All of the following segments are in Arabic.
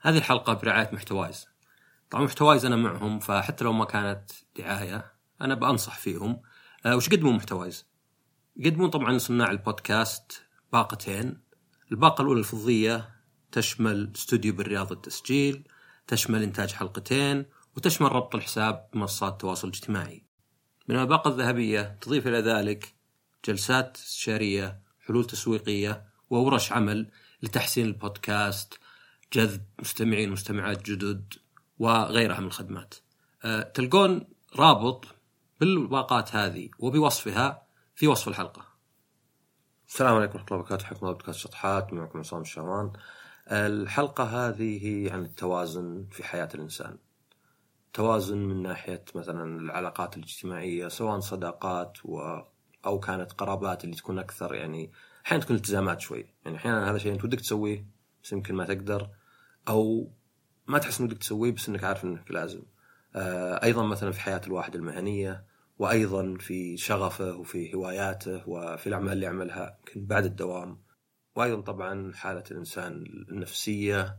هذه الحلقة برعاية محتوايز. طبعا محتوايز أنا معهم، فحتى لو ما كانت دعاية أنا بأنصح فيهم. وش يقدمون محتوايز؟ يقدمون طبعا لصناع البودكاست باقتين. الباقة الأولى الفضية تشمل استوديو بالرياض التسجيل، تشمل إنتاج حلقتين، وتشمل ربط الحساب بمنصات التواصل الاجتماعي. بينما الباقة الذهبية تضيف إلى ذلك جلسات استشارية، حلول تسويقية، وورش عمل لتحسين البودكاست، جذب مستمعين ومستمعات جدد، وغيرها من الخدمات. تلقون رابط بالباقات هذه وبوصفها في وصف الحلقة. السلام عليكم ورحمة الله وبركاته. حكم الله بودكاست شطحات، معكم عصام الشاوان. الحلقة هذه هي عن التوازن في حياة الإنسان. توازن من ناحية مثلا العلاقات الاجتماعية، سواء صداقات أو كانت قرابات اللي تكون أكثر، يعني أحيانا تكون التزامات شوي، يعني أحيانا هذا شيء أنت ودك تسويه بس يمكن ما تقدر، أو ما تحس إنك تسويه بس إنك عارف إنك لازم. أيضا مثلا في حياة الواحد المهنية، وأيضا في شغفه وفي هواياته وفي الأعمال اللي يعملها يمكن بعد الدوام، وأيضا طبعا حالة الإنسان النفسية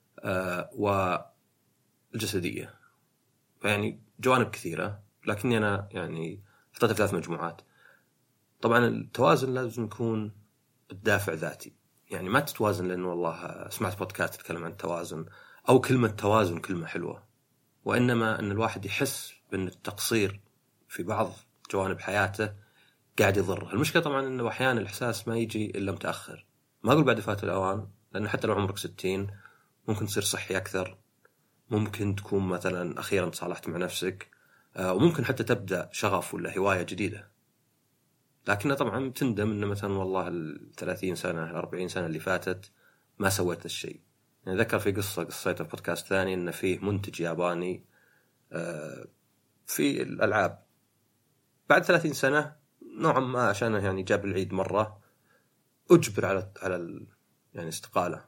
والجسدية. فيعني جوانب كثيرة، لكني أنا يعني حطيتها في 3 مجموعات. طبعا التوازن لازم يكون الدافع ذاتي، يعني ما تتوازن لأنه والله سمعت بودكاست تتكلم عن التوازن أو كلمة توازن كلمة حلوة، وإنما أن الواحد يحس بأن التقصير في بعض جوانب حياته قاعد يضر. المشكلة طبعا أنه أحيانا الإحساس ما يجي إلا متأخر، ما أقول بعد فات الأوان، لأنه حتى لو عمرك 60 ممكن تصير صحي أكثر، ممكن تكون مثلا أخيرا تصالحت مع نفسك، وممكن حتى تبدأ شغف ولا هواية جديدة. لكنها طبعا تندم أنه مثلا والله 30 سنة 40 سنة اللي فاتت ما سويت الشيء. يعني ذكر في قصيتها في بودكاست ثاني أن فيه منتج ياباني في الألعاب بعد 30 سنة نوعا ما عشانه يعني جاب العيد مرة أجبر على يعني استقالة،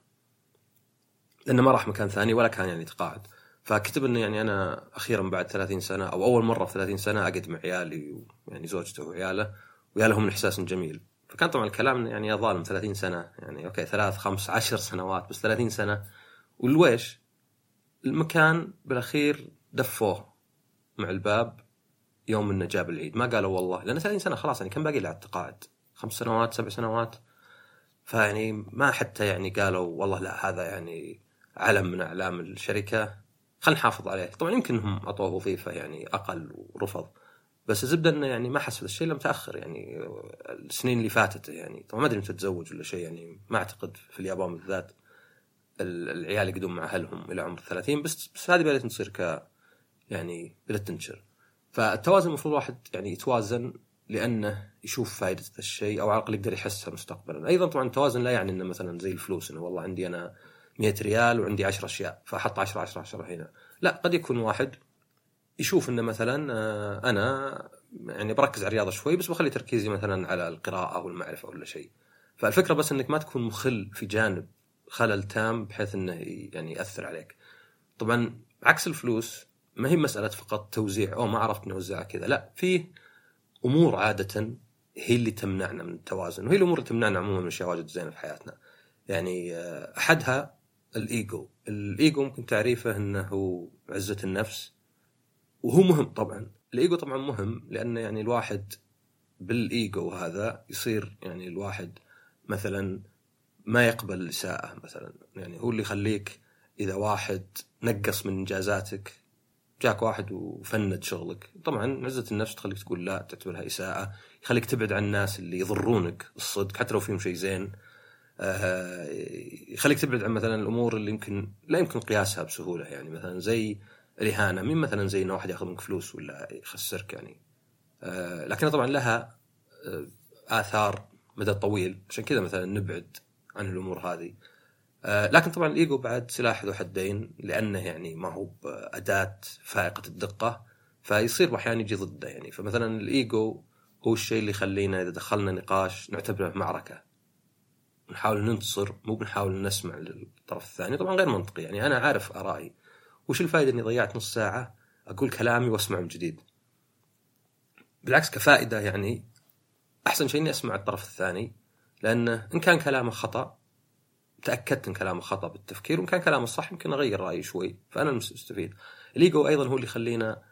لأنه ما راح مكان ثاني ولا كان يعني تقاعد. فكتب أنه يعني أنا أخيرا بعد 30 سنة أو أول مرة في 30 سنة أقعد مع عيالي ويعني زوجته وعياله ويالهم إحساس جميل. فكان طبعا الكلام يعني يا ظالم 30 سنة، يعني أوكي 3 5 10 سنوات، بس 30 سنة والويش المكان بالأخير دفوه مع الباب يوم إنه جاب العيد. ما قالوا والله، لأن 30 سنة خلاص يعني كان باقي له على التقاعد 5 سنوات 7 سنوات، فيعني ما حتى يعني قالوا والله لا هذا يعني علم من أعلام الشركة خلنا نحافظ عليه. طبعا يمكن هم أعطوه وظيفة يعني أقل ورفض، بس الزبدة إنه يعني ما حس هذا الشيء لم تأخر يعني السنين اللي فاتت. يعني طبعا ما أدري أنت تتزوج ولا شيء، يعني ما أعتقد في اليابان بالذات العيال يقدون مع أهلهم إلى عمر 30، بس هذه بدأت تصير يعني بدأت تنشر. فالتوازن المفروض واحد يعني يتوازن لأنه يشوف فائدة الشيء أو على الأقل يقدر يحسها مستقبلا. أيضا طبعا التوازن لا يعني أنه مثلا زي الفلوس إنه والله عندي أنا 100 ريال وعندي 10 أشياء فأحط 10 هنا. لا، قد يكون واحد يشوف إنه مثلا أنا يعني بركز على الرياضة شوي بس بخلي تركيزي مثلا على القراءة أو المعرفة ولا شيء. فالفكرة بس إنك ما تكون مخل في جانب خلل تام بحيث إنه يعني يأثر عليك. طبعا عكس الفلوس ما هي مسألة فقط توزيع أو ما عرفت نوزعها كذا، لا، فيه أمور عادة هي اللي تمنعنا من التوازن، وهي الأمور اللي تمنعنا عموما من أشياء واجد زينة في حياتنا. يعني أحدها الإيجو ممكن تعريفه أنه عزة النفس، وهو مهم طبعا. الإيجو طبعا مهم لأنه يعني الواحد بالإيجو هذا يصير يعني الواحد مثلا ما يقبل الإساءة مثلا، يعني هو اللي يخليك إذا واحد نقص من إنجازاتك، جاك واحد وفند شغلك، طبعا عزة النفس تخليك تقول لا، تعتبرها إساءة، يخليك تبعد عن الناس اللي يضرونك الصدق حتى لو فيهم شيء زين، يخليك تبعد عن مثلا الأمور اللي لا يمكن قياسها بسهولة، يعني مثلا زي الإهانة، من مثلا زي إنه واحد يأخذ منك فلوس ولا يخسرك يعني، لكنها طبعا لها آثار مدى طويل، عشان كذا مثلا نبعد عن الأمور هذه. لكن طبعا الإيجو بعد سلاح ذو حدين، لأنه يعني ما هو بأداة فائقة الدقة، فيصير أحيانا يجي ضده. يعني فمثلا الإيجو هو الشيء اللي يخلينا إذا دخلنا نقاش نعتبره معركة، نحاول ننتصر، مو بنحاول نسمع للطرف الثاني. طبعا غير منطقي، يعني أنا عارف آرائي، وش الفائدة إني ضيعت نص ساعة أقول كلامي وأسمع من جديد؟ بالعكس كفائدة يعني أحسن شيء إني أسمع الطرف الثاني، لأنه إن كان كلامه خطأ تأكدت ان كلامه خطأ بالتفكير، وإن كان كلامه صح يمكن اغير رأيي شوي، فانا المستفيد. الايجو ايضا هو اللي يخلينا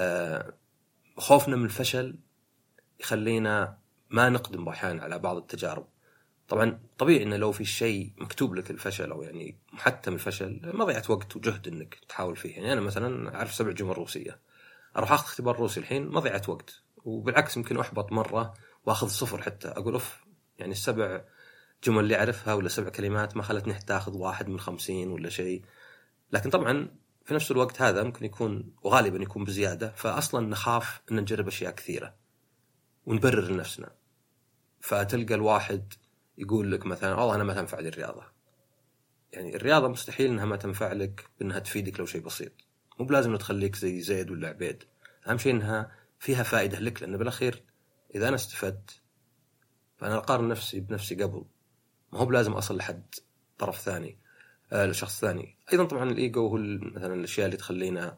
خوفنا من الفشل يخلينا ما نقدم احيانا على بعض التجارب. طبعا طبيعي انه لو في شيء مكتوب لك الفشل او يعني محتم الفشل، ما ضيعت وقت وجهد انك تحاول فيه. يعني انا مثلا اعرف 7 جمل روسيه، اروح اخذ اختبار روسي الحين، ما ضيعت وقت، وبالعكس يمكن احبط مره واخذ 0 حتى، اقول اوف يعني 7 جمل اللي اعرفها ولا 7 كلمات ما خلتني حتى اخذ 1 من 50 ولا شيء. لكن طبعا في نفس الوقت هذا ممكن يكون وغالبا يكون بزياده، فاصلا نخاف ان نجرب اشياء كثيره ونبرر لنفسنا. فتلقى الواحد يقول لك مثلا والله انا ما تنفع لي الرياضه. يعني الرياضه مستحيل انها ما تنفع لك بانها تفيدك لو شيء بسيط، مو بلازم تخليك زي زيد ولا عبيد. اهم شيء انها فيها فائده لك، لان بالاخير اذا انا استفدت فانا اقارن نفسي بنفسي قبل، ما هو بلازم اصل لحد طرف ثاني لشخص ثاني. ايضا طبعا الايجو هو مثلا الاشياء اللي تخلينا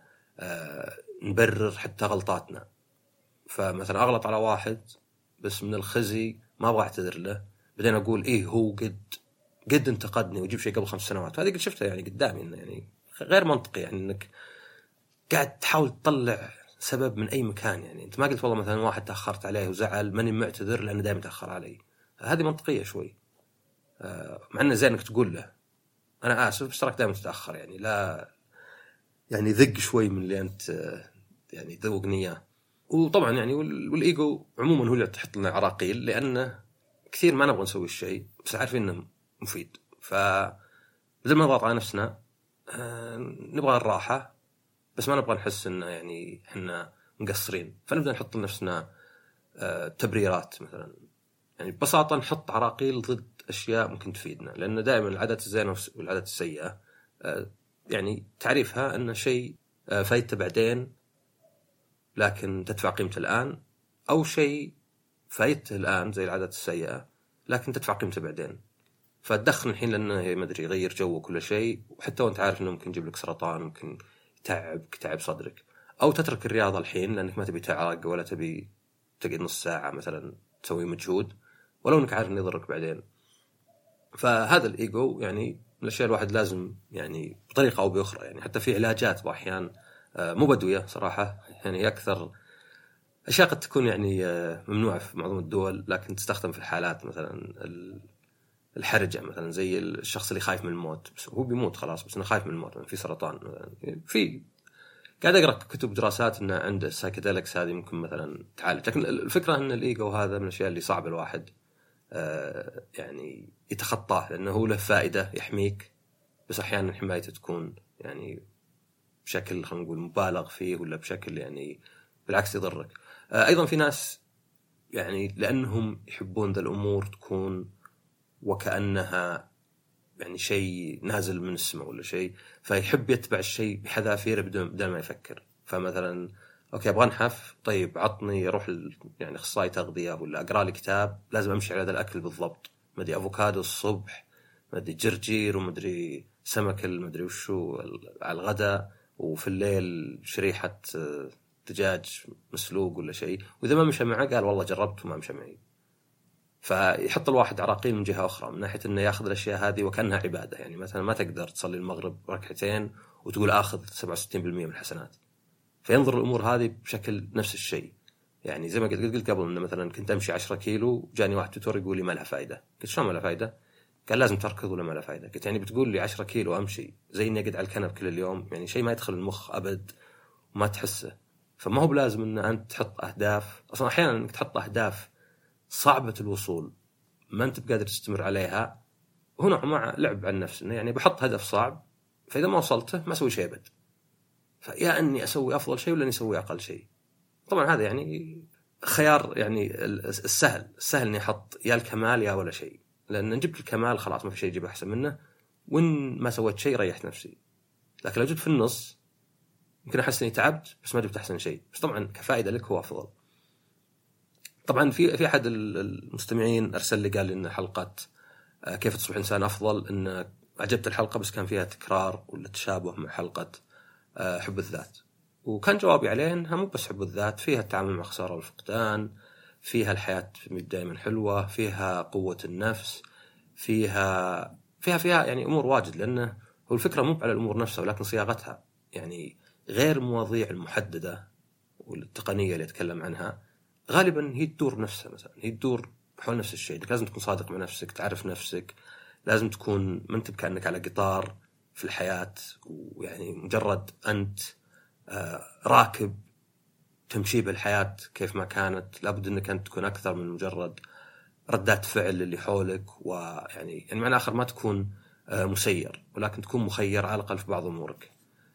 نبرر حتى غلطاتنا. فمثلا اغلط على واحد بس من الخزي ما ابغى اعتذر له، بعدين اقول ايه هو قد انتقدني ويجيب شيء قبل 5 سنوات. هذه قد شفتها يعني قدامي، إنه يعني غير منطقي، يعني انك قاعد تحاول تطلع سبب من اي مكان. يعني انت ما قلت والله مثلا واحد تاخرت عليه وزعل ماني معتذر لانه دائما تاخر علي. هذه منطقيه شوي، مع انه زين انك تقول له انا اسف بس تراك دائما تتاخر، يعني لا يعني ذق شوي من اللي انت يعني ذوقني اياه. وطبعا يعني والايجو عموما هو اللي تحط لنا عراقيل، لانه كثير ما نبغى نسوي الشيء بس عارفين انه مفيد. فبدل ما نضغط على نفسنا نبغى الراحه بس ما نبغى نحس انه يعني احنا مقصرين، فنبدا نحط لنفسنا تبريرات. مثلا يعني ببساطه نحط عراقيل ضد اشياء ممكن تفيدنا، لان دائما العادات الزينه والعادات السيئه يعني تعريفها ان شيء فايدته بعدين لكن تدفع قيمته الآن، أو شيء فايدته الآن زي العادات السيئة لكن تدفع قيمته بعدين. فتدخن الحين لأنه ما أدري يغير جو وكل شيء، وحتى وأنت عارف إنه ممكن يجيب لك سرطان، ممكن تعب صدرك. أو تترك الرياضة الحين لأنك ما تبي تعرق ولا تبي تقعد نص ساعة مثلا تسوي مجهود ولو إنك عارف إنه يضرك بعدين. فهذا الإيجو يعني من الأشياء الواحد لازم يعني بطريقة أو بأخرى، يعني حتى في علاجات بأحيان مو بدوية صراحة، يعني أكثر أشياء قد تكون يعني ممنوعة في معظم الدول لكن تستخدم في الحالات مثلا الحرجة، مثلا زي الشخص اللي خايف من الموت، بس هو بيموت خلاص بس أنه خايف من الموت، في سرطان. في قاعد أقرأ كتب دراسات أنه عنده السايكيديلكس هذه ممكن مثلا تعالج. لكن الفكرة أن الإيجو هذا من الأشياء اللي صعب الواحد يعني يتخطاه، لأنه هو له فائدة يحميك بس أحيانا حمايته تكون يعني بشكل خلينا نقول مبالغ فيه، ولا بشكل يعني بالعكس يضرك. أيضا في ناس يعني لأنهم يحبون ذا الأمور تكون وكأنها يعني شيء نازل من السماء ولا شيء، فيحب يتبع الشيء بحذافيره بدون ما يفكر. فمثلا أوكي أبغى أنحف، طيب عطني أروح يعني أخصائي تغذية ولا أقرأ لي كتاب لازم أمشي على هذا الأكل بالضبط، ما أدري أفوكادو الصبح، ما أدري جرجير، وما أدري سمك ما أدري وشو على الغداء، وفي الليل شريحة دجاج مسلوق ولا شيء. وإذا ما مشى معه قال والله جربت وما مشى معي. فيحط الواحد عراقيل من جهة أخرى، من ناحية أنه يأخذ الأشياء هذه وكأنها عبادة. يعني مثلا ما تقدر تصلي المغرب ركعتين وتقول آخذ 67% من الحسنات، فينظر الأمور هذه بشكل نفس الشيء. يعني زي ما قلت قبل أنه مثلا كنت أمشي 10 كيلو جاني واحد توتور يقول لي ما لها فائدة. قلت شو ما لها فائدة؟ قال لازم تركض ولا ما لها فائدة. قلت يعني بتقول لي 10 كيلو أمشي زي إني أقعد على الكنب كل اليوم، يعني شيء ما يدخل المخ أبد وما تحسه. فما هو بلازم أن أنت تحط أهداف، أصلا أحيانا أنك تحط أهداف صعبة الوصول ما أنت بقادر تستمر عليها، هنا مع لعب على النفس. يعني بحط هدف صعب فإذا ما وصلته ما أسوي شيء أبد، فيا أني أسوي أفضل شيء ولا أني أسوي أقل شيء. طبعا هذا يعني خيار يعني السهل أني أحط يا الكمال يا ولا شيء، لأن جبت الكمال خلاص ما في شيء يجيب أحسن منه، وإن ما سويت شيء ريحت نفسي. لكن لو جبت في النص يمكن أحس إني تعبت بس ما جبت أحسن شيء، بس طبعا كفائدة لك هو أفضل. طبعا في أحد المستمعين أرسل لي قال لي إن حلقة كيف تصبح إنسان أفضل إن عجبت الحلقة بس كان فيها تكرار ولا تشابه مع حلقة حب الذات. وكان جوابي عليه إنها مو بس حب الذات، فيها التعامل مع خسارة والفقدان، فيها الحياة دائما حلوة، فيها قوة النفس، فيها فيها يعني امور واجد، لانه هو الفكره مو على الامور نفسها ولكن صياغتها. يعني غير المواضيع المحدده والتقنيه اللي اتكلم عنها غالبا هي تدور نفسها، مثلا هي تدور حول نفس الشيء. لازم تكون صادق مع نفسك، تعرف نفسك، لازم تكون ما انت كأنك على قطار في الحياة، ويعني مجرد أنت راكب تمشي بالحياة كيف ما كانت. لابد أنك أنت تكون أكثر من مجرد ردات فعل اللي حولك، ويعني معنى آخر ما تكون مسير، ولكن تكون مخير على الأقل في بعض أمورك.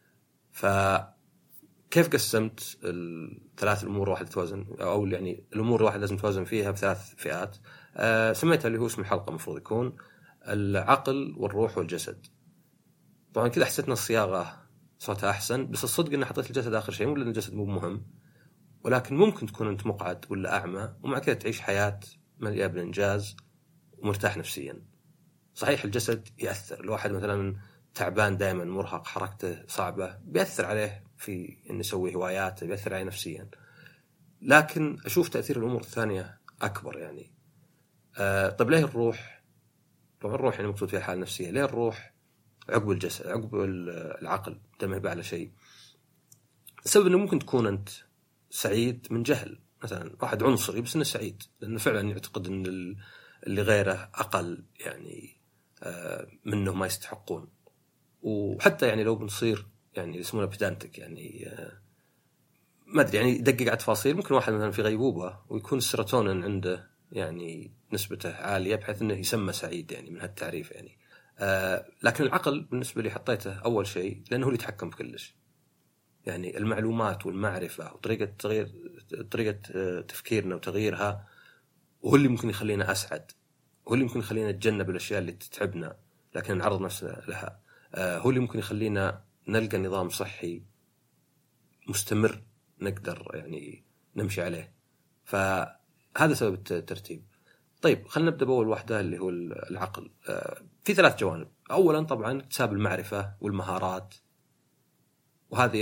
فكيف قسمت الثلاث الأمور واحد توازن، أو يعني الأمور الواحد لازم توازن فيها بثلاث فئات. سميتها اللي هو اسم الحلقة مفروض يكون العقل والروح والجسد. طبعا كذا حسيت ان الصياغه صوتها احسن، بس الصدق اني حطيت الجسد اخر شيء، مو لان الجسد مو مهم، ولكن ممكن تكون انت مقعد ولا اعمى ومع كذا تعيش حياه مليئه بالانجاز ومرتاح نفسيا. صحيح الجسد ياثر، الواحد مثلا تعبان دائما مرهق حركته صعبه بياثر عليه في انه يسوي هواياته، بياثر عليه نفسيا، لكن اشوف تاثير الامور الثانيه اكبر. يعني طيب ليه الروح؟ طبعا الروح يعني مقصود فيها حالة نفسية. ليه الروح عقب الجسد عقب العقل تمهب على شيء؟ السبب انه ممكن تكون انت سعيد من جهل، مثلا واحد عنصري بس انه سعيد لانه فعلا يعتقد ان اللي غيره اقل يعني منه ما يستحقون. وحتى يعني لو بنصير يعني يسمونه بيدانتك، يعني ما ادري يعني يدقق على تفاصيل، ممكن واحد مثلا في غيبوبة ويكون السيروتونين عنده يعني نسبته عالية بحيث انه يسمى سعيد يعني من هالتعريف يعني. لكن العقل بالنسبة لي حطيته أول شيء لأنه هو اللي يتحكم بكلش. يعني المعلومات والمعرفة وطريقة تفكيرنا وتغييرها، وهو اللي ممكن يخلينا أسعد، هو اللي ممكن يخلينا نتجنب الأشياء اللي تتعبنا لكن نعرض نفسنا لها، هو اللي ممكن يخلينا نلقى نظام صحي مستمر نقدر يعني نمشي عليه. فهذا سبب الترتيب. طيب خلينا نبدأ بأول واحدة اللي هو العقل. في ثلاث جوانب. أولا طبعا اكتساب المعرفة والمهارات، وهذه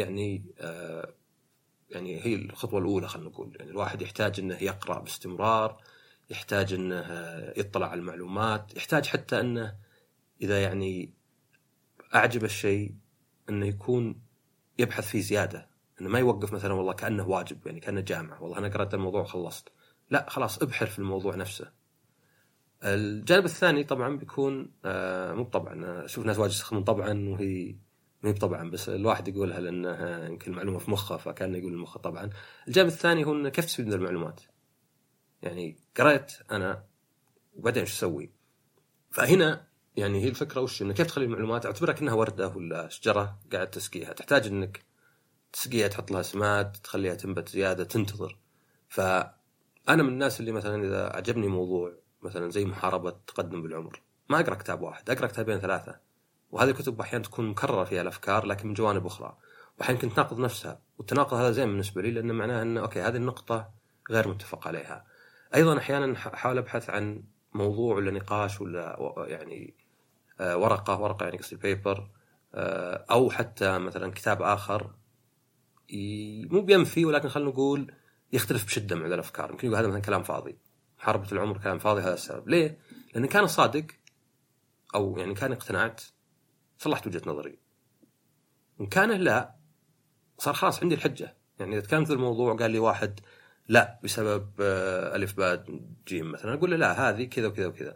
يعني هي الخطوة الأولى. خلينا نقول يعني الواحد يحتاج أنه يقرأ باستمرار، يحتاج أنه يطلع على المعلومات، يحتاج حتى أنه إذا يعني أعجب الشيء أنه يكون يبحث فيه زيادة، أنه ما يوقف مثلا والله كأنه واجب، يعني كأنه جامعة والله أنا قرأت الموضوع وخلصت. لا خلاص ابحر في الموضوع نفسه. الجانب الثاني طبعا بيكون مو طبعا اشوف ناس واجد يستخدمون طبعا وهي مو طبعا، بس الواحد يقولها لانها يمكن المعلومه في مخه فكان يقول المخ طبعا. الجانب الثاني هو انه كيف تستفيد من المعلومات. يعني قرأت انا وبعدين ايش اسوي؟ فهنا يعني هي الفكره وش انه كيف تخلي المعلومات اعتبرها كأنها ورده ولا شجره قاعد تسقيها، تحتاج انك تسقيها، تحط لها سماد، تخليها تنبت زياده، تنتظر. فانا من الناس اللي مثلا اذا عجبني موضوع مثلا زي محاربة التقدم بالعمر، ما أقرأ كتاب واحد، أقرأ كتابين ثلاثة، وهذه الكتب أحيانا تكون مكررة فيها الأفكار لكن من جوانب أخرى، وأحيانا يمكن تناقض نفسها. والتناقض هذا زين بالنسبة لي لأنه معناه أنه أوكي هذه النقطة غير متفق عليها. أيضا أحيانا أحاول أبحث عن موضوع ولا نقاش ولا يعني ورقة يعني قصدي بيبر، أو حتى مثلا كتاب آخر مو بينفي ولكن خلنا نقول يختلف بشدة مع الأفكار. يمكن يقول هذا مثلا كلام فاضي، محاربة العمر كلام فاضي. هذا السبب ليه؟ لأن كان صادق أو يعني كان اقتنعت صلحت وجهة نظري، وإن كان لا صار خلاص عندي الحجة. يعني إذا تكلمت في الموضوع قال لي واحد لا بسبب ألف باء جيم مثلا، أقول له لا هذه كذا وكذا وكذا.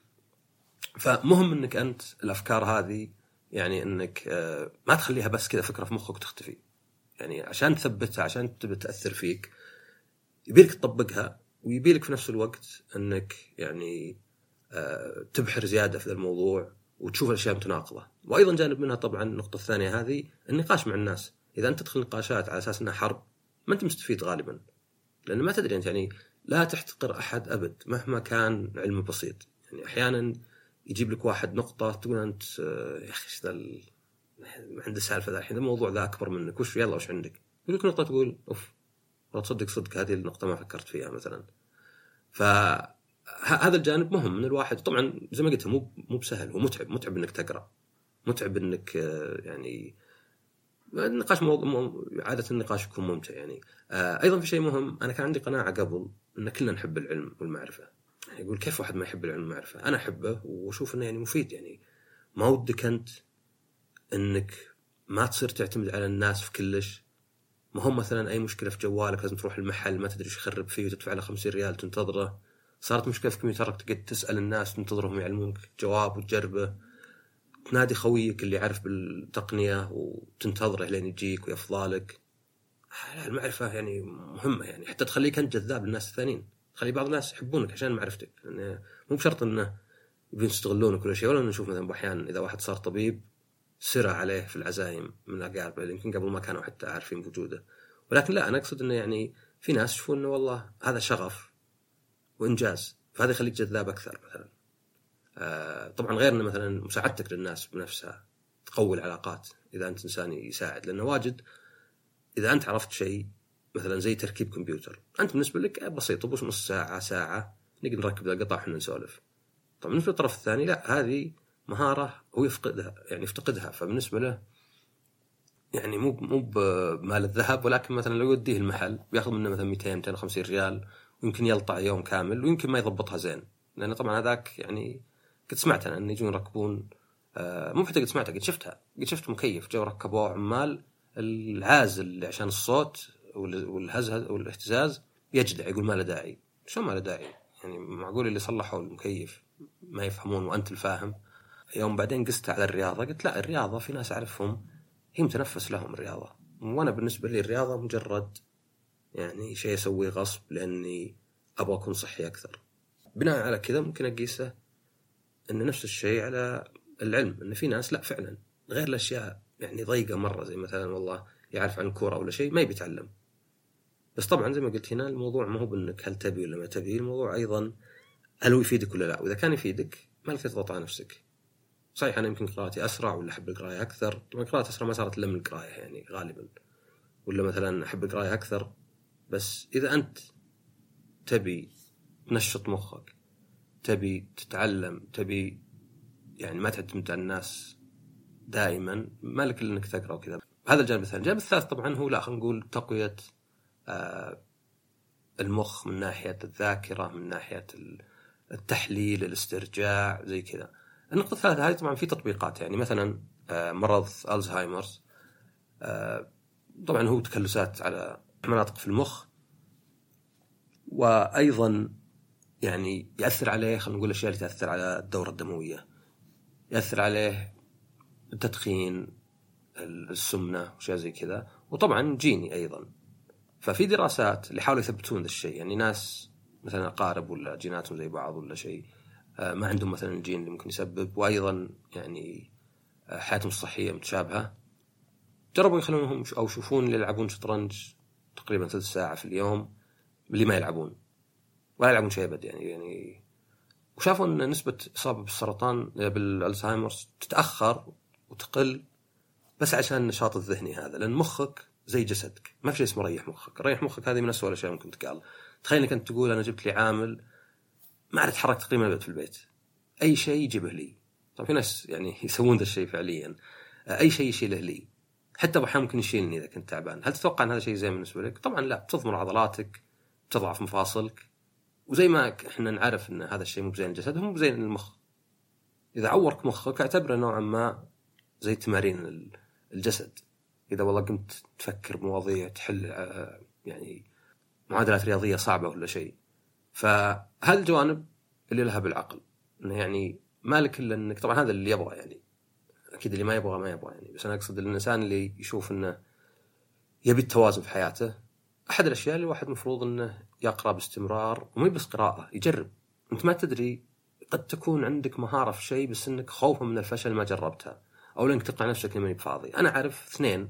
فمهم أنك أنت الأفكار هذه يعني أنك ما تخليها بس كذا فكرة في مخك وتختفي. يعني عشان تثبتها، عشان تأثر فيك، يبيلك تطبقها، ويبيلك في نفس الوقت أنك يعني تبحر زيادة في الموضوع وتشوف الأشياء متناقضة. وأيضا جانب منها طبعا النقطة الثانية هذه النقاش مع الناس. إذا أنت تدخل نقاشات على أساس أنها حرب ما أنت مستفيد غالبا، لأن ما تدري أنت يعني لا تحتقر أحد أبد مهما كان علمه بسيط. يعني أحيانا يجيب لك واحد نقطة تقول أنت يا أخي إيش ذا عند السالفة ذا الحين الموضوع ذا أكبر منك، وش يلا وش عندك؟ يقول لك نقطة تقول أوف لا تصدق صدق هذه النقطة ما فكرت فيها مثلا. فهذا الجانب مهم من الواحد. طبعا زي ما قلت مو بسهل، هو متعب انك تقرأ، متعب انك يعني النقاش عادة النقاش يكون ممتع يعني. ايضا في شيء مهم، انا كان عندي قناعة قبل ان كلنا نحب العلم والمعرفة. يعني يقول كيف واحد ما يحب العلم والمعرفة؟ انا احبه واشوف انه يعني مفيد. يعني ما ودك أنت أنك ما تصير تعتمد على الناس في كلش. ما هم مثلا أي مشكلة في جوالك لازم تروح المحل ما تدري ايش يخرب فيه وتدفع له 50 ريال تنتظره. صارت مشكلة في كمبيوترك تقعد تسأل الناس تنتظرهم يعلمونك جواب وتجربه. تنادي خويك اللي يعرف بالتقنية وتنتظره لين يجيك ويفضلك. المعرفة يعني مهمة، يعني حتى تخليك أنت جذاب للناس الثانيين. تخلي بعض الناس يحبونك عشان معرفتك، يعني مو بشرط إنه يبين يستغلونك كل شيء. ولا نشوف مثلا بأحيان إذا واحد صار طبيب سرع عليه في العزايم من أقاربه يمكن قبل ما كانوا حتى عارفين بوجوده. ولكن لا، أنا أقصد إنه يعني في ناس يشوفون إنه والله هذا شغف وإنجاز، فهذا يخليك جذاب أكثر مثلا. طبعا غير إنه مثلا مساعدتك للناس بنفسها تقوي العلاقات إذا أنت إنسان يساعد. لأنه واجد إذا أنت عرفت شيء مثلا زي تركيب كمبيوتر، أنت بالنسبة لك بسيط، بس نص ساعة ساعة نقدر نركب القطع وحنا نسولف. طبعا بالنسبة للطرف الثاني لا، هذه مهارة هو يفتقدها. فبالنسبة له يعني مو بمال الذهب، ولكن مثلا لو يوديه المحل بياخذ منه مثلا 200-250 ريال ويمكن يلطع يوم كامل ويمكن ما يضبطها زين. لأن طبعا هذاك يعني قد سمعت أنا أن يجون يركبون مو حتى قد سمعتها، قد شفت مكيف جو ركبوه عمال العازل اللي عشان الصوت والهزهز والاهتزاز يجدع، يقول ما له داعي. شو ما له داعي يعني؟ معقول اللي صلحوا المكيف ما يفهمون وأنت الفاهم؟ يوم بعدين قست على الرياضة قلت لا، الرياضة في ناس أعرفهم هي متنفس لهم الرياضة، وأنا بالنسبة لي الرياضة مجرد يعني شيء أسويه غصب لأني أبغى أكون صحي أكثر. بناء على كذا ممكن أقيسه أن نفس الشيء على العلم، أن في ناس لا فعلا غير الأشياء يعني ضيقة مرة، زي مثلا والله يعرف عن الكورة ولا شيء ما يبيتعلم. بس طبعا زي ما قلت هنا الموضوع ما هو بأنك هل تبي ولا ما تبي، الموضوع أيضا هل هو يفيدك ولا لا. وإذا كان يفيدك ما لك تضغط على نفسك. صحيح أنا يمكن قراءتي أسرع ولا أحب القراءة أكثر، طبعا قراءتي أسرع ما صارت إلا من القراءة يعني غالبا، ولا مثلا أحب القراءة أكثر. بس إذا أنت تبي تنشط مخك، تبي تتعلم، تبي يعني ما تعتمد على الناس دائما، ما لك إلا إنك تقرأ وكذا. هذا الجانب الثاني. الجانب الثالث طبعا هو لا، خلينا نقول تقوية المخ من ناحية الذاكرة، من ناحية التحليل، الاسترجاع، زي كذا. النقطة الثالثة هذه طبعا في تطبيقات، يعني مثلا مرض ألزهايمرز طبعا هو تكلسات على مناطق في المخ، وأيضا يعني يأثر عليه خلينا نقول الأشياء اللي تأثر على الدورة الدموية، يأثر عليه التدخين، السمنة وشيء زي كذا، وطبعا جيني أيضا. ففي دراسات اللي حاولوا يثبتون ذا الشيء، يعني ناس مثلا أقارب ولا جيناتهم زي بعض ولا شيء ما عندهم مثلا الجين اللي ممكن يسبب، وأيضا يعني حياتهم الصحية متشابهة، جربوا يخلونهم أو يشوفون اللي يلعبون شطرنج تقريبا 3 ساعة في اليوم اللي ما يلعبون ولا يلعبون شيء أبد يعني وشافوا أن نسبة إصابة بالسرطان بالألزهايمرز تتأخر وتقل بس عشان النشاط الذهني هذا. لأن مخك زي جسدك، ما في شيء اسمه ريح مخك. ريح مخك هذه من أسوأ الأشياء ممكن تقال. تخيل إنك أنت تقول أنا جبت لي عامل ما عاد يتحرك تقريبا أبد في البيت، أي شيء يجيبه لي. طبعا في ناس يعني يسوون ذا الشيء فعليا، أي شيء يشيله لي، حتى بحيان ممكن يشيلني إذا كنت تعبان. هل تتوقع أن هذا شيء زين بالنسبة لك؟ طبعا لا، بتضمر عضلاتك، بتضعف مفاصلك، وزي ما احنا نعرف أن هذا الشيء مو بزين الجسد، هم بزين المخ. إذا عورك مخك اعتبره نوعا ما زي تمارين الجسد. إذا والله قمت تفكر بمواضيع، تحل يعني معادلات رياضية صعبة ولا شيء، فهذا الجوانب اللي لها بالعقل، إنه يعني مالك إلا إنك طبعا هذا اللي يبغى، يعني أكيد اللي ما يبغى يعني. بس أنا أقصد الإنسان اللي يشوف إنه يبي التوازن في حياته، أحد الأشياء اللي الواحد مفروض إنه يقرأ باستمرار، وما بس قراءة، يجرب. أنت ما تدري، قد تكون عندك مهارة في شيء بس إنك خوفا من الفشل ما جربتها، أو لأنك تقنع نفسك إني فاضي. أنا أعرف 2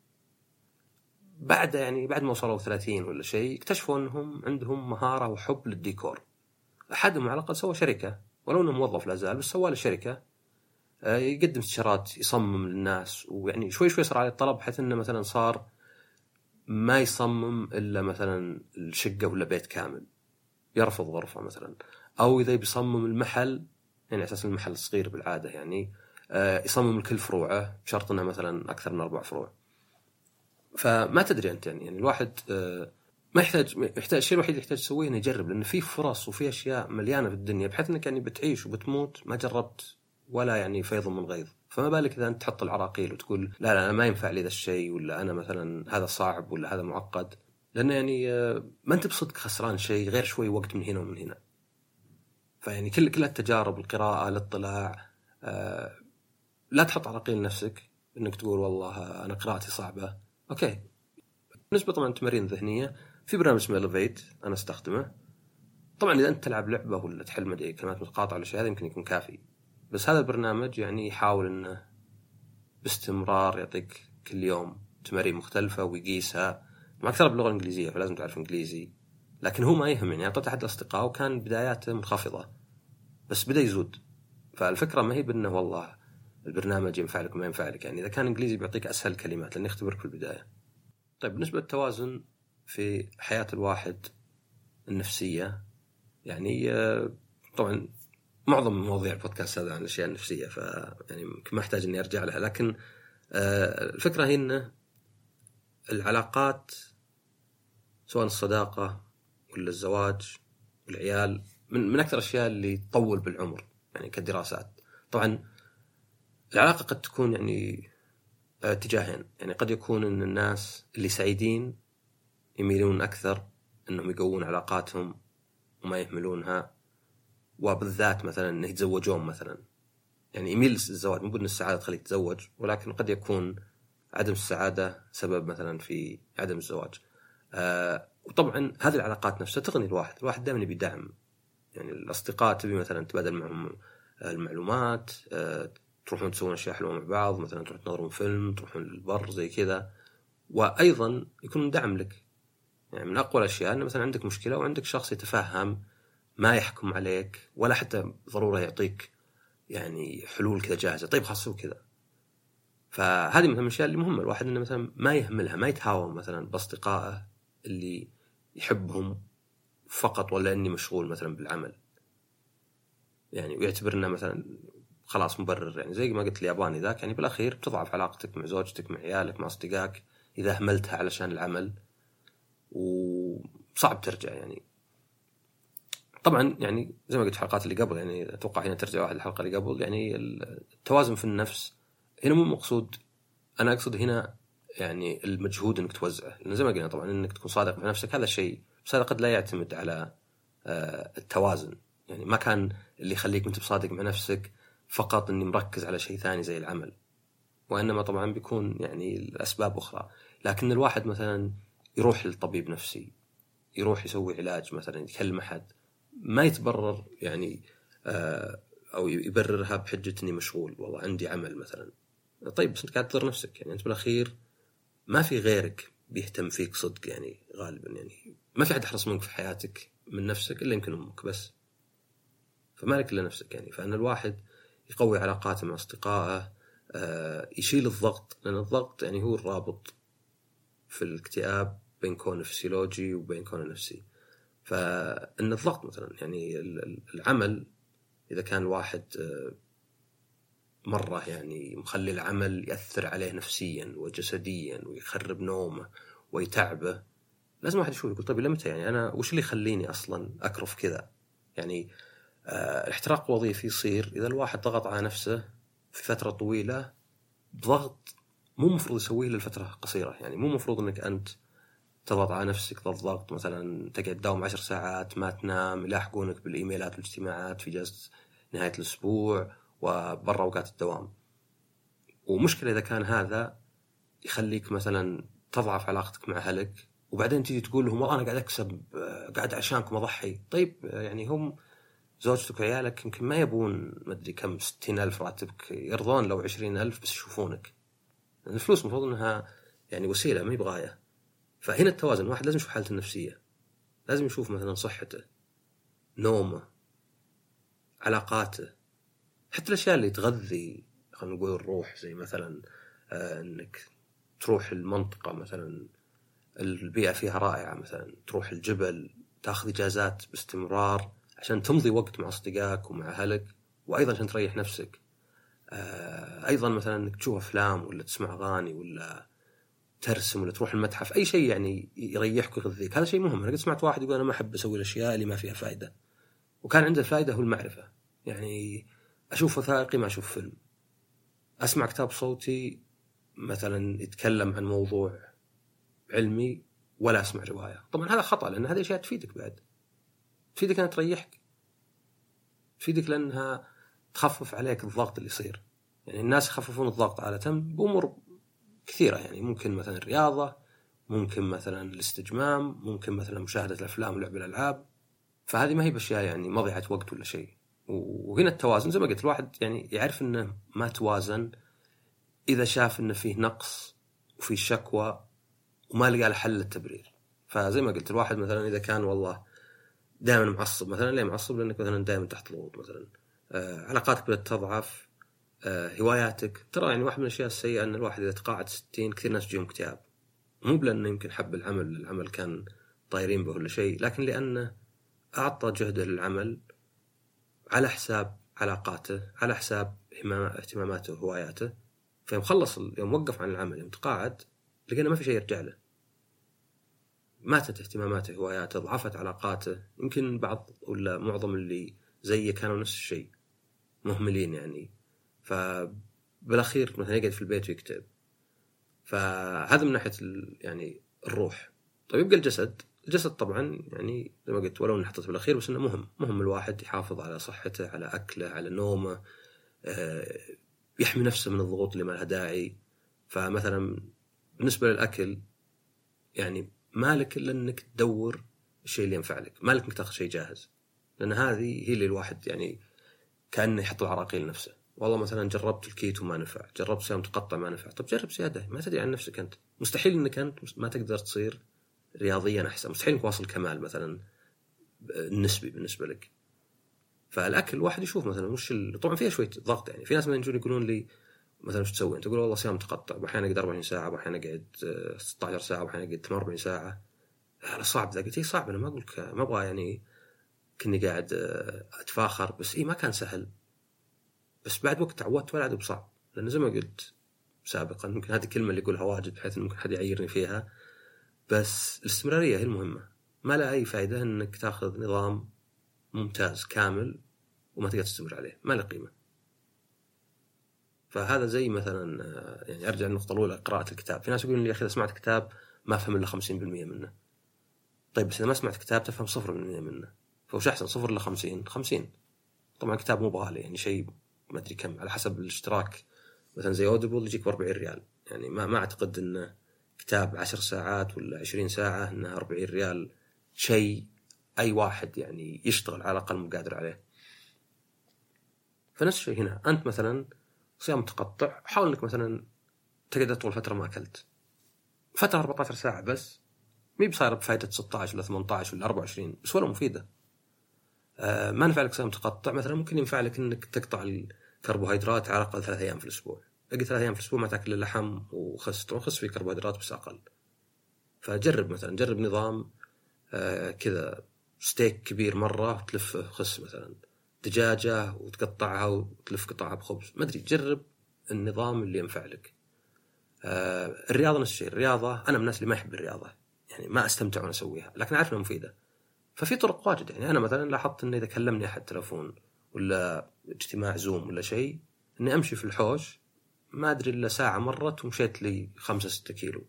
بعد ما وصلوا 30 ولا شيء اكتشفوا أنهم عندهم مهارة وحب للديكور. أحدهم على الأقل سوى شركة، ولو أنه موظف لا زال، بس سوى له شركة يقدم استشارات، يصمم للناس، ويعني شوي شوي صار عليه الطلب، حيث أنه مثلا صار ما يصمم إلا مثلا الشقة ولا بيت كامل، يرفض غرفة مثلا. أو إذا بيصمم المحل، يعني أساس المحل صغير بالعادة، يعني يصمم لكل فروعه بشرط أنه مثلا أكثر من 4 فروع. فما تدري أنت يعني الواحد ما يحتاج الشيء الوحيد اللي يحتاج تسويه إنه يجرب، لأن في فرص وفي أشياء مليانة في الدنيا، بحيث إنك يعني بتعيش وبتموت ما جربت ولا يعني فيض من غيظ. فما بالك إذا أنت تحط العراقيل وتقول لا لا أنا ما ينفع لي ذا الشيء، ولا أنا مثلا هذا صعب ولا هذا معقد. لأن يعني ما أنت بصدق خسران شيء غير شوي وقت من هنا ومن هنا. فيعني كل التجارب، القراءة، الاطلاع، لا تحط عراقيل نفسك إنك تقول والله أنا قراءتي صعبة. أوكي، بالنسبة طبعا تمارين ذهنية في برنامج اسمه Elevate أنا استخدمه. طبعا إذا أنت تلعب لعبة ولا تحل مدري كلمات متقاطعة ولا شيء هذا يمكن يكون كافي، بس هذا البرنامج يعني يحاول إنه باستمرار يعطيك كل يوم تمارين مختلفة ويقيسها. مع أكثر باللغة الإنجليزية فلازم تعرف إنجليزي، لكن هو ما يهم. يعني أعطيت أحد الأصدقاء وكان بداياته منخفضة بس بدأ يزود. فالفكرة ما هي بأنه والله البرنامج ينفع لك وما ينفع لك. يعني إذا كان إنجليزي بيعطيك أسهل كلمات لأنه يختبرك في البداية. طيب بالنسبة للتوازن في حياة الواحد النفسية، يعني طبعا معظم مواضيع البودكاست هذا عن الأشياء النفسية، يعني ما أحتاج إني أرجع لها. لكن الفكرة هي إن العلاقات سواء الصداقة ولا الزواج والعيال من أكثر الأشياء اللي تطول بالعمر يعني كدراسات. طبعا العلاقة قد تكون يعني اتجاهين. يعني قد يكون إن الناس اللي سعيدين يميلون أكثر إنهم يقوون علاقاتهم وما يهملونها، وبالذات مثلا إنه يتزوجون مثلا. يعني يميل للزواج، مو بأن السعادة تخليك تتزوج، ولكن قد يكون عدم السعادة سبب مثلا في عدم الزواج. وطبعا هذه العلاقات نفسها تغني الواحد دائما يبي دعم. يعني الأصدقاء تبي مثلا تبادل معهم المعلومات، تروحون تسوون أشياء حلوة مع بعض، مثلا تروحون تنظرون فيلم، تروحون البر زي كذا، وأيضا يكون دعم لك. يعني من أقوى الأشياء أن مثلا عندك مشكلة وعندك شخص يتفهم، ما يحكم عليك ولا حتى ضرورة يعطيك يعني حلول كذا جاهزة، طيب خاصه كذا. فهذه مثلا الأشياء اللي مهمة الواحد إنه مثلا ما يهملها، ما يتهاون مثلا بأصدقائه اللي يحبهم فقط ولا إني مشغول مثلا بالعمل، يعني ويعتبرنا مثلا خلاص مبرر. يعني زي ما قلت الياباني ذاك، يعني بالأخير بتضعف علاقتك مع زوجتك، مع عيالك، مع أصدقائك إذا أهملتها علشان العمل، وصعب ترجع. يعني طبعا يعني زي ما قلت الحلقات اللي قبل، يعني أتوقع هنا ترجع واحد الحلقة اللي قبل، يعني التوازن في النفس هنا مو مقصود. أنا أقصد هنا يعني المجهود إنك توزعه، لأن زي ما قلنا طبعا إنك تكون صادق مع نفسك هذا الشيء، بس هذا قد لا يعتمد على التوازن. يعني ما كان اللي يخليك أنت بصادق مع نفسك فقط إني مركز على شيء ثاني زي العمل، وإنما طبعا بيكون يعني الأسباب أخرى. لكن الواحد مثلا يروح للطبيب نفسي، يروح يسوي علاج مثلا، يكلم أحد، ما يتبرر يعني أو يبررها بحجة إني مشغول والله عندي عمل مثلا. طيب بس أنت قاعد تضر نفسك. يعني أنت بالأخير ما في غيرك بيهتم فيك صدق، يعني غالبا يعني ما في أحد أحرص منك في حياتك من نفسك إلا يمكن أمك بس، فما لك إلا نفسك. يعني فأن الواحد يقوي علاقاته مع أصدقائه، يشيل الضغط، لأن الضغط يعني هو الرابط في الاكتئاب بين كونه فسيولوجي وبين كونه نفسي. فإن الضغط مثلا يعني العمل إذا كان الواحد مرة يعني مخلي العمل يأثر عليه نفسيا وجسديا ويخرب نومه ويتعبه، لازم واحد يشوف يقول طيب لمتى؟ يعني أنا وش اللي يخليني أصلا أكرف كذا؟ يعني الاحتراق الوظيفي يصير إذا الواحد ضغط على نفسه في فترة طويلة بضغط مو مفروض يسويه للفترة قصيرة. يعني مو مفروض أنك أنت تضغط على نفسك ضغط مثلا تقعد تداوم 10 ساعات ما تنام، يلاحقونك بالإيميلات والاجتماعات في جلسة نهاية الأسبوع وبرا أوقات الدوام. ومشكلة إذا كان هذا يخليك مثلا تضعف علاقتك مع أهلك، وبعدين تيجي تقول لهم والله أنا قاعد أكسب، قاعد عشانكم أضحي. طيب يعني هم زوجتك وعيالك يمكن ما يبون مدري كم 60,000 راتبك، يرضون لو 20,000 بس يشوفونك. الفلوس مفروض أنها يعني وسيلة ما هي بغاية. فهنا التوازن، واحد لازم يشوف حالته النفسية، لازم يشوف مثلا صحته، نومه، علاقاته، حتى الأشياء اللي تغذي خلينا نقول الروح، زي مثلا أنك تروح المنطقة مثلا البيئة فيها رائعة، مثلا تروح الجبل، تأخذ إجازات باستمرار عشان تمضي وقت مع أصدقائك ومع أهلك، وأيضا عشان تريح نفسك. أيضا مثلا أنك تشوف أفلام ولا تسمع أغاني ولا ترسم ولا تروح المتحف، أي شيء يعني يريحك ويغذيك، هذا شيء مهم. أنا قد سمعت واحد يقول أنا ما أحب أسوي الأشياء اللي ما فيها فائدة، وكان عنده فائدة هو المعرفة. يعني أشوف وثائقي ما أشوف فيلم، أسمع كتاب صوتي مثلا يتكلم عن موضوع علمي ولا أسمع رواية. طبعا هذا خطأ، لأن هذه أشياء تفيدك، بعد تفيدك أنها تريحك، تفيدك لأنها تخفف عليك الضغط اللي يصير. يعني الناس يخففون الضغط عادة بأمور كثيرة، يعني ممكن مثلا الرياضة، ممكن مثلا الاستجمام، ممكن مثلا مشاهدة الأفلام ولعب الألعاب. فهذه ما هي بأشياء يعني مضيعة وقت ولا شيء. وهنا التوازن زي ما قلت، الواحد يعني يعرف أنه ما توازن إذا شاف أنه فيه نقص وفيه شكوى وما لقى له حل التبرير. فزي ما قلت، الواحد مثلا إذا كان والله دائما معصب، مثلا ليه معصب؟ لأنك مثلا دائما تحت ضغوط، مثلا علاقاتك بدأت تضعف، هواياتك. ترى يعني واحد من الأشياء السيئة أن الواحد إذا تقاعد 60 كثير ناس يجيهم اكتئاب، مو لأنه يمكن حب العمل كان طايرين به ولا شيء، لكن لأنه أعطى جهده للعمل على حساب علاقاته، على حساب اهتماماته وهواياته. فيوم خلص، يوم وقف عن العمل، يوم تقاعد، لقينا ما في شيء يرجع له. ماتت اهتماماته، هواياته، ضعفت علاقاته. يمكن بعض ولا معظم اللي زيه كانوا نفس الشيء، مهملين يعني. فبالأخير مثلا يقعد في البيت ويكتب. فهذا من ناحية يعني الروح. طيب يبقى الجسد طبعا يعني زي ما قلت، ولو نحطه بالأخير، بس إنه مهم الواحد يحافظ على صحته، على أكله، على نومه، يحمي نفسه من الضغوط اللي ما لها داعي. فمثلا بالنسبة للأكل، يعني مالك إلا إنك تدور الشيء اللي ينفع لك، مالك إنك تأخذ شيء جاهز، لأن هذه هي اللي الواحد يعني كأنه يحط العراقيل نفسه. والله مثلا جربت الكيتو ما نفع، جربت صيام متقطع ما نفع. طب جرب زيادة، ما تدري عن نفسك أنت. مستحيل إنك أنت ما تقدر تصير رياضيا أحسن، مستحيل إنك واصل كمال مثلا النسبي بالنسبة لك. فالأكل الواحد يشوف مثلا وش طبعا فيها شوية ضغط. يعني في ناس مثلا يجون يقولون لي مثلا وش تسوي؟ أنت تقول والله صيام متقطع، وأحيانا أقعد 24 ساعة، وأحيانا أقعد 16 ساعة، وأحيانا أقعد 48 ساعة. هذا صعب. ذا قلت صعب، أنا ما أقولك ما أبغى يعني كني قاعد أتفاخر، بس ما كان سهل. بس بعد وقت تعودت ولا عاد بصعب، لأن زي ما قلت سابقا، ممكن هذه الكلمة اللي يقولها واجد بحيث إن ممكن حد يعيرني فيها، بس الاستمرارية هي المهمة. ما لا أي فائدة إنك تأخذ نظام ممتاز كامل وما تقدر تستمر عليه، ما له قيمة. فهذا زي مثلا يعني أرجع للنقطة الأولى، قراءة الكتاب. في ناس يقولون لي أخي إذا سمعت كتاب ما أفهم إلا 50% منه. طيب بس إذا ما سمعت كتاب تفهم 0% منه، فوش أحسن؟ 0 إلى 50. طبعا الكتاب مو بغالي، يعني شيء ما أدري كم على حسب الاشتراك. مثلا زي أوديبل يجيك ب40 ريال. يعني ما أعتقد إنه كتاب 10 ساعات ولا 20 ساعة إنه 40 ريال شيء أي واحد يعني يشتغل على الأقل مو قادر عليه. فنفس الشيء هنا، أنت مثلا صيام متقطع، حاول إنك مثلا تقدر طول فترة ما أكلت، فترة 14 ساعة بس، مي بصاير بفائدة 16 ولا 18 ولا 24، بس ولا مفيدة. ما نفع لك صيام متقطع، مثلا ممكن ينفع لك إنك تقطع الكربوهيدرات على الأقل 3 أيام في الأسبوع. أقل 3 أيام في الأسبوع ما تأكل اللحم وخس فيه كربوهيدرات بس أقل. فجرب مثلا، جرب نظام كذا، ستيك كبير مرة وتلفه خس، مثلا دجاجة وتقطعها وتلف قطعها بخبز، ما أدري، جرب النظام اللي ينفع لك. الرياضة نفس الشيء. الرياضة أنا من الناس اللي ما يحب الرياضة، يعني ما أستمتع وأنا أسويها، لكن أعرف أنها مفيدة. ففي طرق واجد. يعني أنا مثلا لاحظت أن إذا كلمني أحد تلفون ولا اجتماع زوم ولا شيء، أني أمشي في الحوش ما أدري إلا ساعة مرت ومشيت لي 5-6 كيلو.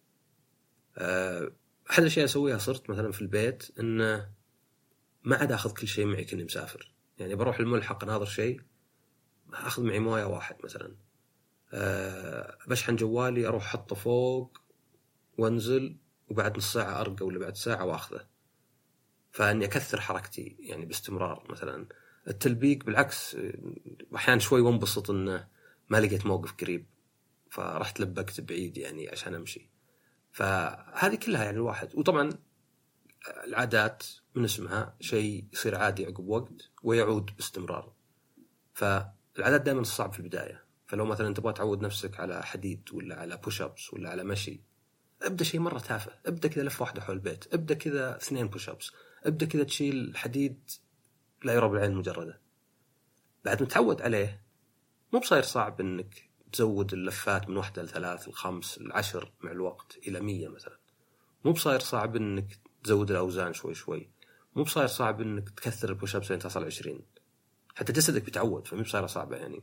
أحد الأشياء أسويها صرت مثلا في البيت أنه ما عاد أخذ كل شيء معي كني مسافر. يعني بروح الملحق ناظر شيء، أخذ معي موية واحد مثلا، بشحن جوالي أروح حطه فوق وانزل، وبعد نص ساعة أرقى ولا بعد ساعة وأخذه. فأني أكثر حركتي يعني باستمرار. مثلا التلبيق بالعكس، أحيانا شوي وانبسط أنه ما لقيت موقف قريب فرحت لبقت بعيد يعني عشان أمشي. فهذه كلها يعني الواحد. وطبعا العادات من اسمها شيء يصير عادي عقب وقت ويعود باستمرار. فالعادات دائما صعب في البداية. فلو مثلا تبغى تعود نفسك على حديد ولا على بوش أبس ولا على مشي، ابدأ شيء مرة تافه. ابدأ كذا لفة واحدة حول البيت، ابدأ كذا 2 بوش أبس، ابدأ كذا تشيل حديد لا يرى بالعين مجردة. بعد ما تعود عليه مو بصير صعب انك تزود اللفات من 1 ل3 ل5 ل10 مع الوقت إلى 100 مثلا. مو بصير صعب انك تزود الأوزان شوي شوي. مو بصير صعب انك تكثر البوش أبس لين تصل 20. حتى جسدك بيتعود، فمي بصيرة صعبة يعني.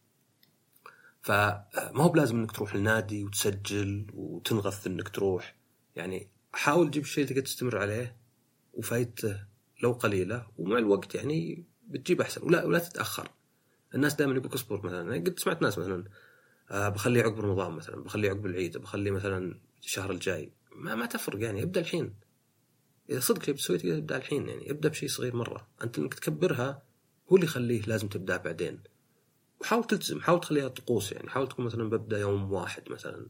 فما هو بلازم انك تروح النادي وتسجل وتنغث انك تروح، يعني حاول تجيب شيء تقدر تستمر عليه وفايدته لو قليلة، ومع الوقت يعني بتجيب أحسن. ولا تتأخر. الناس دائما يقولك اصبر مثلا، قد سمعت ناس مثلا بخليه عقب رمضان مثلا، بخليه عقب العيد، بخليه مثلا الشهر الجاي. ما تفرق يعني، ابدأ الحين. إذا صدق شيء بتسويه تقدر تبدأ الحين يعني. ابدأ بشيء صغير مرة، أنت إنك تكبرها هو اللي يخليه لازم تبدأ بعدين. وحاول تلتزم، حاول تخليها طقوس يعني. حاول تكون مثلا ببدأ يوم واحد مثلا،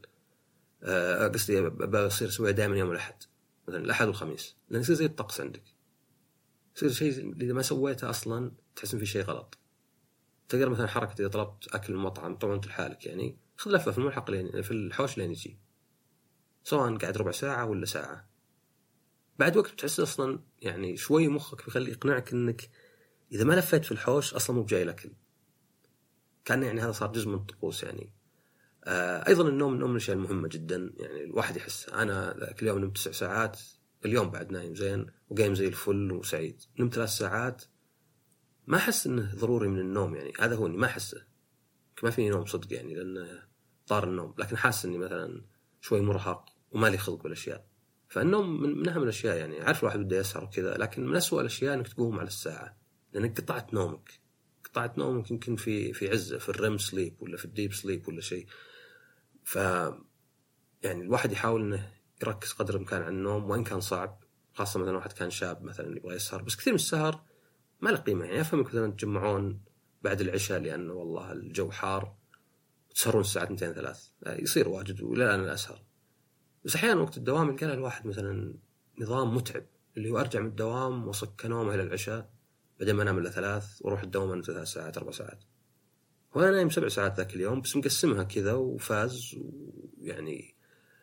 قصدي بصير أسويها دائما يوم الأحد مثلا، الأحد والخميس، لأن يصير زي الطقس عندك. يصير شيء إذا ما سويته أصلا تحس إن في شيء غلط. تقدر مثلا حركة إذا طلبت أكل المطعم، طبعا أنت لحالك يعني، خذ لفة في الملحق لين في الحوش لين يجي، سواء قاعد ربع ساعة ولا ساعة. بعد وقت بتحس أصلا يعني شوي مخك بيخلي يقنعك إنك إذا ما لفيت في الحوش أصلا مو بجاي الأكل. كان يعني هذا صار جزء من الطقوس يعني. أيضا النوم من الأشياء المهمة جدا يعني. الواحد يحس أنا كل يوم نمت 9 ساعات، اليوم بعد نايم زين وقايم زي الفل وسعيد. نمت 3 ساعات ما أحس إنه ضروري من النوم يعني. هذا هو إني ما أحسه، ما فيني نوم صدق يعني، لأن طار النوم. لكن حاسس إني مثلا شوي مرهق وما لي خلق بالأشياء. فالنوم من أهم الأشياء يعني. عارف الواحد بده يسهر وكذا، لكن من أسوأ الأشياء إنك تقوم على الساعة، لأنك قطعت نومك يمكن في عزة، في الريم سليب ولا في الديب سليب ولا شيء. ف يعني الواحد يحاول إنه يركز قدر الإمكان على النوم، وإن كان صعب، خاصة مثلا واحد كان شاب مثلا يبغى يسهر. بس كثير من السهر ما له قيمة يعني. أفهمك مثلا تجمعون بعد العشاء لأنه والله الجو حار تسهرون الساعة 2-3، يصير واجد ولا أنا أسهر. بس أحيانا وقت الدوام يلقى الواحد مثلا نظام متعب، اللي هو أرجع من الدوام وصك نوم إلى العشاء، بعدين ما أنام إلا 3 وأروح الدوام أنام 3 ساعات 4 ساعات، وأنا نايم 7 ساعات ذاك اليوم، بس مقسمها كذا وفاز. ويعني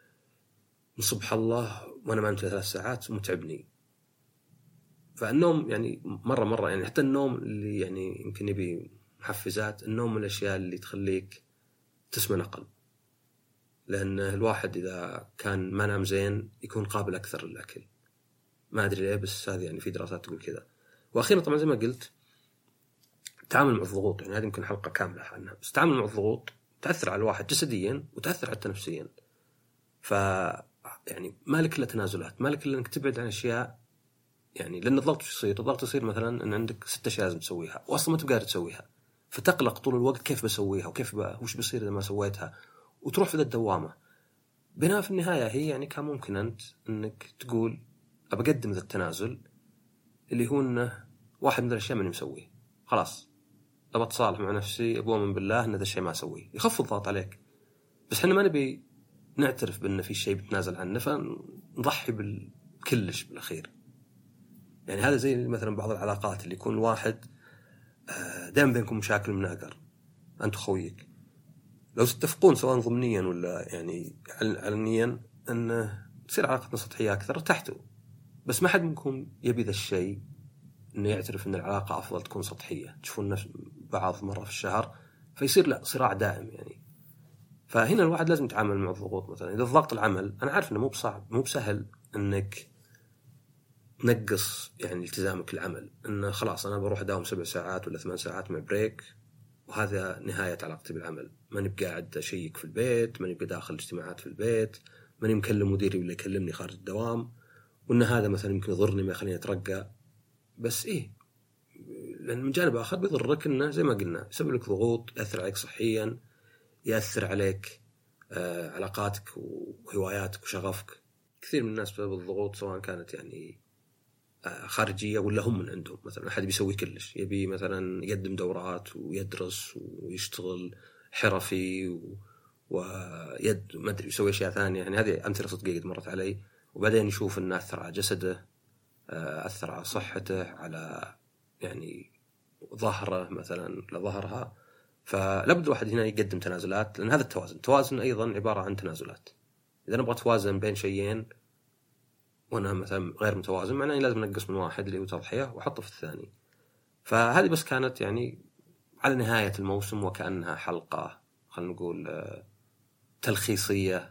من صبح الله وأنا ما نمت 3 ساعات متعبني. فالنوم يعني مرة يعني، حتى النوم اللي يعني يمكن يبي محفزات، النوم من الأشياء اللي تخليك تسمن أقل. لأن الواحد إذا كان ما نام زين يكون قابل أكثر للأكل. ما أدري ليه، بس هذه يعني في دراسات تقول كذا. وأخيرا طبعا زي ما قلت، التعامل مع الضغوط يعني، هذه يمكن حلقة كاملة عنها. بس التعامل مع الضغوط تأثر على الواحد جسديا وتأثر حتى نفسيا. يعني ما لك إلا تنازلات، ما لك إلا أنك تبعد عن أشياء يعني. لأن الضغط يصير مثلا أن عندك 6 أشياء لازم تسويها وأصلا ما تقدر تسويها، فتقلق طول الوقت كيف بسويها وش بيصير إذا ما سويتها، وتروح في ذا الدوامة. بينما في النهاية هي يعني كان ممكن أنت أنك تقول أبقدم ذا التنازل اللي هو أنه واحد من الأشياء ماني مسويه، خلاص أبى أتصالح مع نفسي، أبوه من بالله أن ذا الشيء ما أسويه، يخف الضغط عليك. بس إحنا ما نبي نعترف بأن في شيء بتنازل عنه، فنضحي بالكلش بالأخير يعني. هذا زي مثلا بعض العلاقات اللي يكون واحد دائما بينكم مشاكل مناقر أنت وخويك، لو تتفقون سواء ضمنيا ولا يعني علنيا أن تصير علاقتنا سطحية أكثر ارتحتوا. بس ما حد منكم يبي ذا الشيء، إنه يعترف أن العلاقة أفضل تكون سطحية، تشوفون بعض مرة في الشهر، فيصير لا صراع دائم يعني. فهنا الواحد لازم يتعامل مع الضغوط. مثلا إذا ضغط العمل، أنا عارف إنه مو بصعب، مو بسهل إنك تنقص يعني التزامك العمل، إنه خلاص أنا بروح أداوم 7 ساعات ولا 8 ساعات مع بريك وهذا نهاية علاقتي بالعمل. ماني بقاعد أشيك في البيت، ماني بداخل اجتماعات في البيت، ماني مكلم مديري ولا يكلمني خارج الدوام، وإن هذا مثلا يمكن يضرني ما يخليني أترقى. بس إيه، لأن من جانب آخر بيضرك، إنه زي ما قلنا يسبب لك ضغوط، يأثر عليك صحيا، يأثر عليك علاقاتك وهواياتك وشغفك. كثير من الناس بسبب الضغوط، سواء كانت يعني خارجية ولا هم من عندهم. مثلا أحد بيسوي كلش، يبي مثلا يقدم دورات ويدرس ويشتغل حرفي ما أدري يسوي أشياء ثانية يعني. هذه أمثلة صدقية مرت علي. وبعدين يشوف أنه أثر على جسده، أثر على صحته، على يعني ظهره مثلا لظهرها. فلابد الواحد هنا يقدم تنازلات، لأن هذا التوازن أيضا عبارة عن تنازلات. إذا نبغى توازن بين شيئين وأنا مثلا غير متوازن، معناه لازم نقص من واحد اللي هو تضحية وحطه في الثاني. فهذه بس كانت يعني على نهاية الموسم، وكأنها حلقة خلينا نقول تلخيصية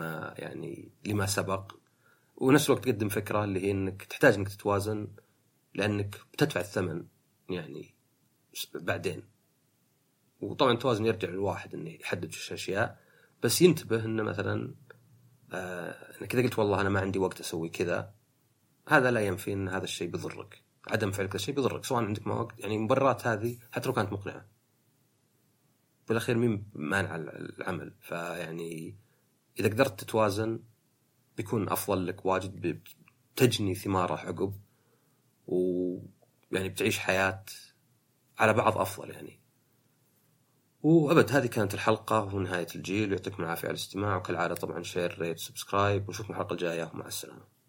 لما سبق، ونفس الوقت تقدم فكرة اللي هي إنك تحتاج إنك تتوازن، لأنك بتدفع الثمن يعني بعدين. وطبعا التوازن يرجع للواحد انه يحدد وش الاشياء، بس ينتبه انه مثلا انك اذا قلت والله انا ما عندي وقت اسوي كذا، هذا لا ينفي ان هذا الشيء بيضرك. عدم فعلك هذا الشيء بيضرك سواء عندك ما وقت. يعني المبررات هذه حتى لو كانت مقنعه بالاخير مين مانع العمل. فيعني اذا قدرت تتوازن بيكون افضل لك واجد، بتجني ثماره عقب، ويعني بتعيش حياه على بعض افضل يعني. وأبد هذه كانت الحلقة ونهاية الجيل. يعطيكم العافية على الاستماع، وكالعادة طبعا شير ريت سبسكرايب، ونشوفكم الحلقة الجاية. مع السلامة.